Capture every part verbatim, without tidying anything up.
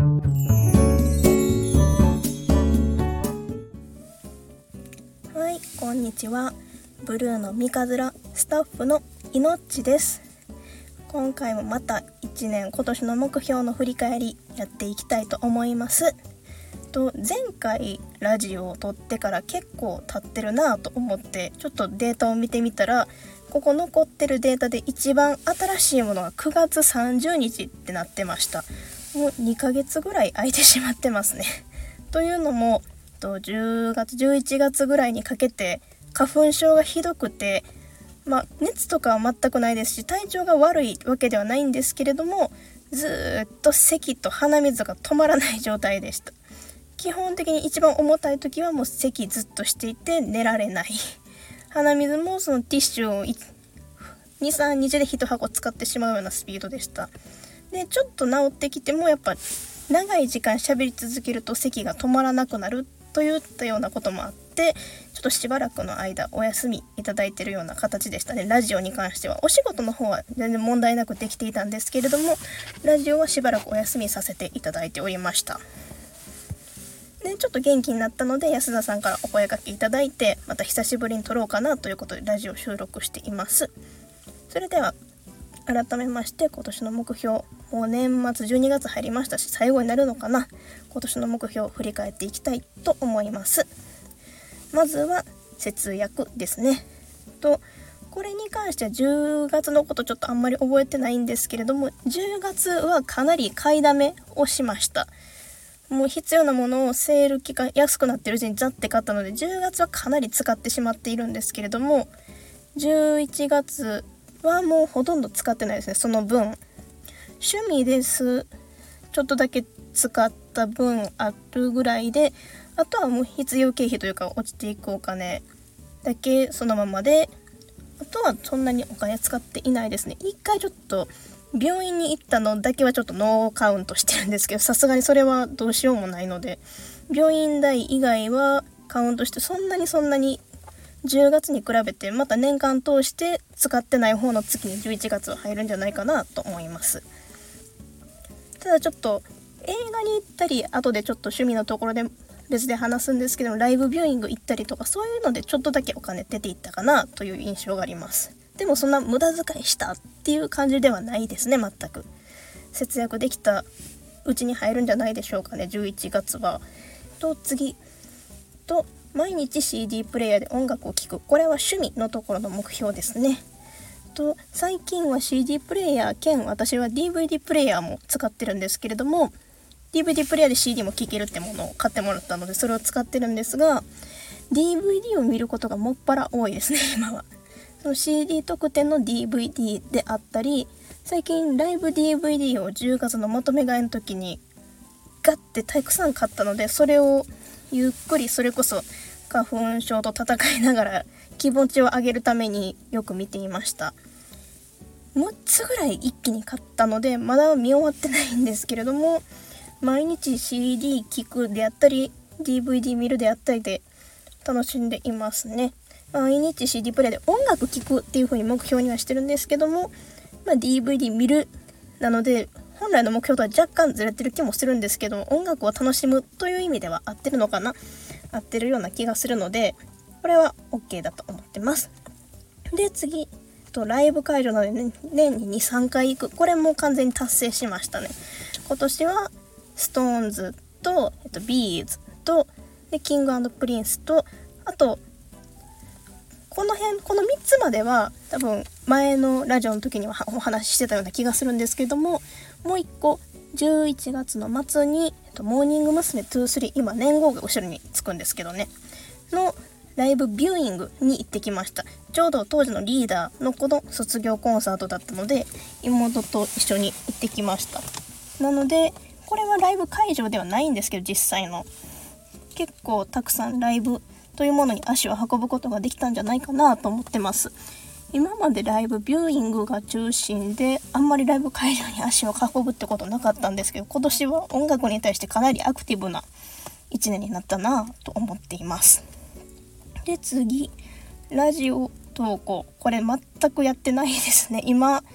はい、こんにちは。ブルーの三日面スタッフのいのっちです。今回もまたいちねん今年の目標の振り返りやっていきたいと思います。と前回ラジオを撮ってから結構経ってるなと思ってちょっとデータを見てみたら、ここ残ってるデータで一番新しいものがくがつさんじゅうにちってなってました。もうにかげつぐらい空いてしまってますね。というのもとじゅうがつじゅういちがつぐらいにかけて花粉症がひどくて、まあ、熱とかは全くないですし体調が悪いわけではないんですけれども、ずっと咳と鼻水が止まらない状態でした。基本的に一番重たい時はもう咳ずっとしていて寝られない。鼻水もそのティッシュをにさんにちでいちはこ使ってしまうようなスピードでした。でちょっと治ってきてもやっぱ長い時間喋り続けると咳が止まらなくなるといったようなこともあって、ちょっとしばらくの間お休みいただいているような形でしたね。ラジオに関してはお仕事の方は全然問題なくできていたんですけれども、ラジオはしばらくお休みさせていただいておりました。でちょっと元気になったので安田さんからお声掛けいただいて、また久しぶりに撮ろうかなということでラジオ収録しています。それでは改めまして今年の目標、もう年末じゅうにがつ入りましたし最後になるのかな。今年の目標を振り返っていきたいと思います。まずは節約ですね。とこれに関してはじゅうがつのことちょっとあんまり覚えてないんですけれども、じゅうがつはかなり買いだめをしました。もう必要なものをセール期間安くなってるうちにザッて買ったので、じゅうがつはかなり使ってしまっているんですけれども、じゅういちがつはもうほとんど使ってないですね。その分趣味です、ちょっとだけ使った分あるぐらいで、あとはもう必要経費というか落ちていくお金だけそのままで、あとはそんなにお金使っていないですね。一回ちょっと病院に行ったのだけはちょっとノーカウントしてるんですけど、さすがにそれはどうしようもないので、病院代以外はカウントして、そんなにそんなにじゅうがつに比べてまた年間通して使ってない方の月にじゅういちがつは入るんじゃないかなと思います。ただちょっと映画に行ったり、後でちょっと趣味のところで別で話すんですけど、ライブビューイング行ったりとかそういうのでちょっとだけお金出ていったかなという印象があります。でもそんな無駄遣いしたっていう感じではないですね。全く節約できたうちに入るんじゃないでしょうかね、じゅういちがつは。と次と毎日 シーディー プレイヤーで音楽を聴く、これは趣味のところの目標ですね。と最近は シーディー プレイヤー兼私は ディーブイディー プレイヤーも使ってるんですけれども、 ディーブイディー プレイヤーで シーディー も聴けるってものを買ってもらったのでそれを使ってるんですが、 ディーブイディー を見ることがもっぱら多いですね今は。その シーディー 特典の ディーブイディー であったり、最近ライブ ディーブイディー をじゅうがつのまとめ買いの時にガッてたくさん買ったので、それをゆっくり、それこそ花粉症と戦いながら気持ちを上げるためによく見ていました。むっつぐらい一気に買ったのでまだ見終わってないんですけれども、毎日 シーディー 聴くであったり ディーブイディー 見るであったりで楽しんでいますね。毎日 シーディー プレイで音楽聴くっていう風に目標にはしてるんですけども、まあ、ディーブイディー 見るなので本来の目標とは若干ずれてる気もするんですけど、音楽を楽しむという意味では合ってるのかな、合ってるような気がするので、これは OK だと思ってます。で次とライブ会場なので、ね、年に にさんかい行く、これも完全に達成しましたね。今年はストーンズと、えっと、ビーズとでキング&プリンスと、あとこの辺このみっつまでは多分前のラジオの時にはお話ししてたような気がするんですけども、もういっこじゅういちがつの末に、えっと、モーニング娘。にじゅうさん、今年号が後ろにつくんですけどねのライブビューイングに行ってきました。ちょうど当時のリーダーの子の卒業コンサートだったので妹と一緒に行ってきました。なのでこれはライブ会場ではないんですけど、実際の結構たくさんライブというものに足を運ぶことができたんじゃないかなと思ってます。今までライブビューイングが中心であんまりライブ会場に足を運ぶってことなかったんですけど、今年は音楽に対してかなりアクティブないちねんになったなと思っています。で次ラジオ投稿、これ全くやってないですね。今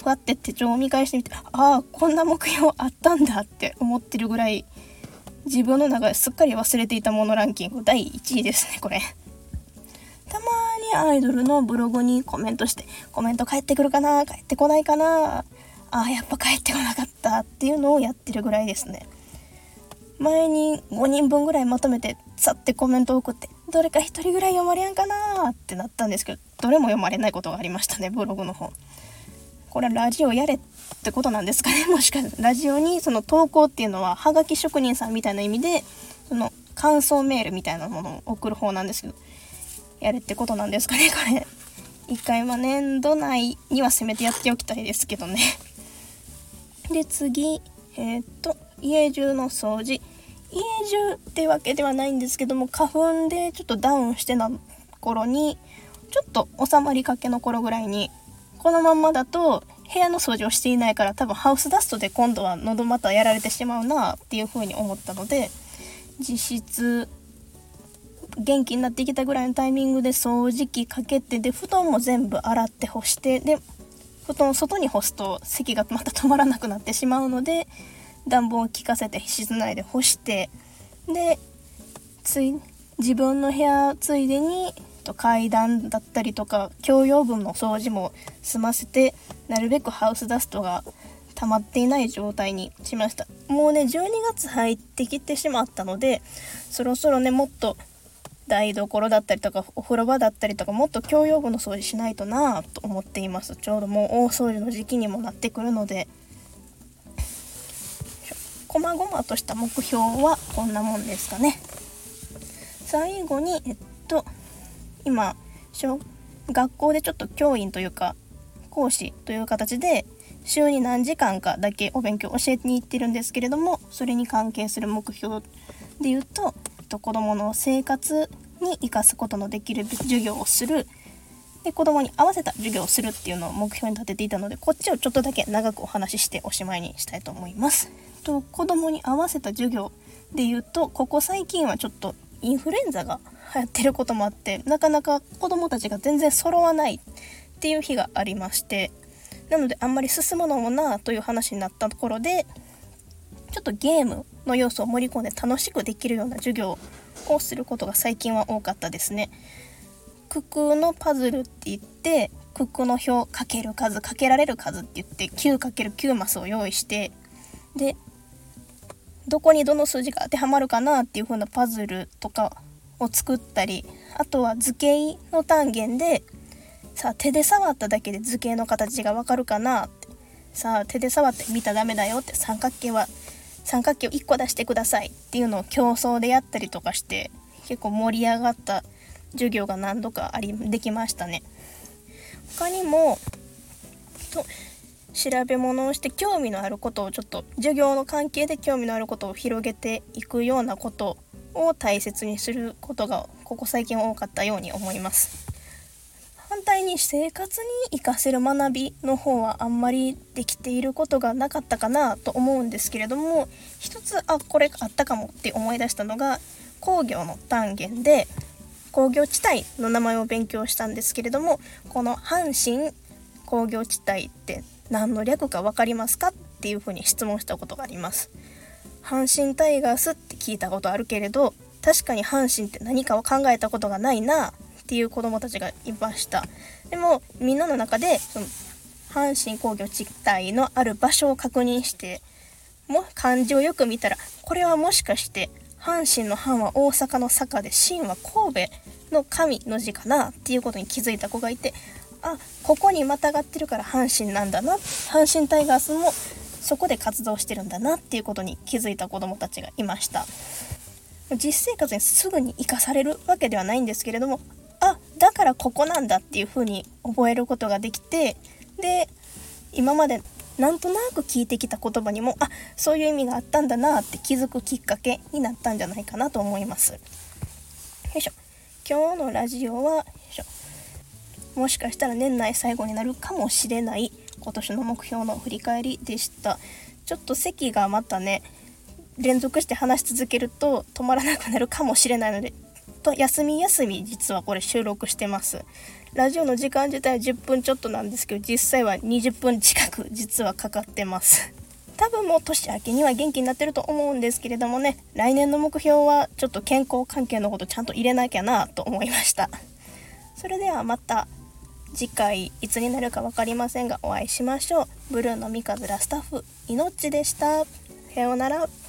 ふわって手帳を見返してみて、ああこんな目標あったんだって思ってるぐらい、自分の中ですっかり忘れていたものランキングだいいちいですねこれ。たまにアイドルのブログにコメントして、コメント返ってくるかな、返ってこないかな、あーやっぱ返ってこなかったっていうのをやってるぐらいですね。前にごにんぶんぐらいまとめてさってコメントを送って、どれかひとりぐらい読まれやんかなってなったんですけど、どれも読まれないことがありましたね。ブログの方、これはラジオやれってことなんですかね。もしかしてラジオにその投稿っていうのははがき職人さんみたいな意味で、その感想メールみたいなものを送る方なんですけど、やれってことなんですかねこれ。一回は年度内にはせめてやっておきたいですけどね。で次、えー、っと家中の掃除、家中ってわけではないんですけども、花粉でちょっとダウンしてた頃に、ちょっと収まりかけの頃ぐらいに、このまんまだと部屋の掃除をしていないから、多分ハウスダストで今度は喉またやられてしまうなっていう風に思ったので、実質元気になってきたぐらいのタイミングで掃除機かけて、で布団も全部洗って干して、で布団を外に干すと咳がまた止まらなくなってしまうので、暖房を効かせて室内で干して、でつい自分の部屋ついでに階段だったりとか共用分の掃除も済ませて、なるべくハウスダストが溜まっていない状態にしました。もうねじゅうにがつ入ってきてしまったので、そろそろねもっと台所だったりとかお風呂場だったりとか、もっと共用部の掃除しないとなと思っています。ちょうどもう大掃除の時期にもなってくるので、こまごまとした目標はこんなもんですかね。最後にえっと今小学校でちょっと教員というか講師という形で週に何時間かだけお勉強教えに行ってるんですけれども、それに関係する目標で言うと、子どもの生活に生かすことのできる授業をする、で子どもに合わせた授業をするっていうのを目標に立てていたので、こっちをちょっとだけ長くお話ししておしまいにしたいと思います。と子どもに合わせた授業で言うと、ここ最近はちょっとインフルエンザが流行ってることもあって、なかなか子どもたちが全然揃わないっていう日がありまして、なのであんまり進むのもなという話になったところで、ちょっとゲームの要素を盛り込んで楽しくできるような授業をすることが最近は多かったですね。九九のパズルって言って、九九の表かける数かけられる数って言って きゅうかけるきゅう マスを用意して、でどこにどの数字が当てはまるかなっていう風なパズルとかを作ったり、あとは図形の単元で、さあ手で触っただけで図形の形がわかるかなって、さあ手で触って見たらダメだよって、三角形は三角形をいっこ出してくださいっていうのを競争でやったりとかして、結構盛り上がった授業が何度かありできましたね。他にもと調べ物をして興味のあることをちょっと授業の関係で興味のあることを広げていくようなことを大切にすることがここ最近多かったように思います。反対に生活に活かせる学びの方はあんまりできていることがなかったかなと思うんですけれども、一つあこれあったかもって思い出したのが工業の単元で、工業地帯の名前を勉強したんですけれども、この阪神工業地帯って何の略か分かりますかっていうふうに質問したことがあります。阪神タイガースって聞いたことあるけれど、確かに阪神って何かを考えたことがないなっていう子どもたちがいました。でもみんなの中でその阪神工業地帯のある場所を確認して、も漢字をよく見たら、これはもしかして阪神の阪は大阪の坂で神は神戸の神の字かなっていうことに気づいた子がいて、あここにまたがってるから阪神なんだな、阪神タイガースもそこで活動してるんだなっていうことに気づいた子どもたちがいました。実生活にすぐに生かされるわけではないんですけれども、あだからここなんだっていう風に覚えることができて、で今までなんとなく聞いてきた言葉にもあそういう意味があったんだなって気づくきっかけになったんじゃないかなと思います。よいしょ。今日のラジオはよいしょもしかしたら年内最後になるかもしれない今年の目標の振り返りでした。ちょっと咳がまたね連続して話し続けると止まらなくなるかもしれないので、と休み休み実はこれ収録してます。 ラジオの時間自体はじゅっぷんちょっとなんですけど、実際はにじゅっぷん近く実はかかってます多分もう年明けには元気になってると思うんですけれどもね、来年の目標はちょっと健康関係のことちゃんと入れなきゃなと思いました。それではまた次回いつになるか分かりませんがお会いしましょう。ブルーのみかずらスタッフいのっちでした。さようなら。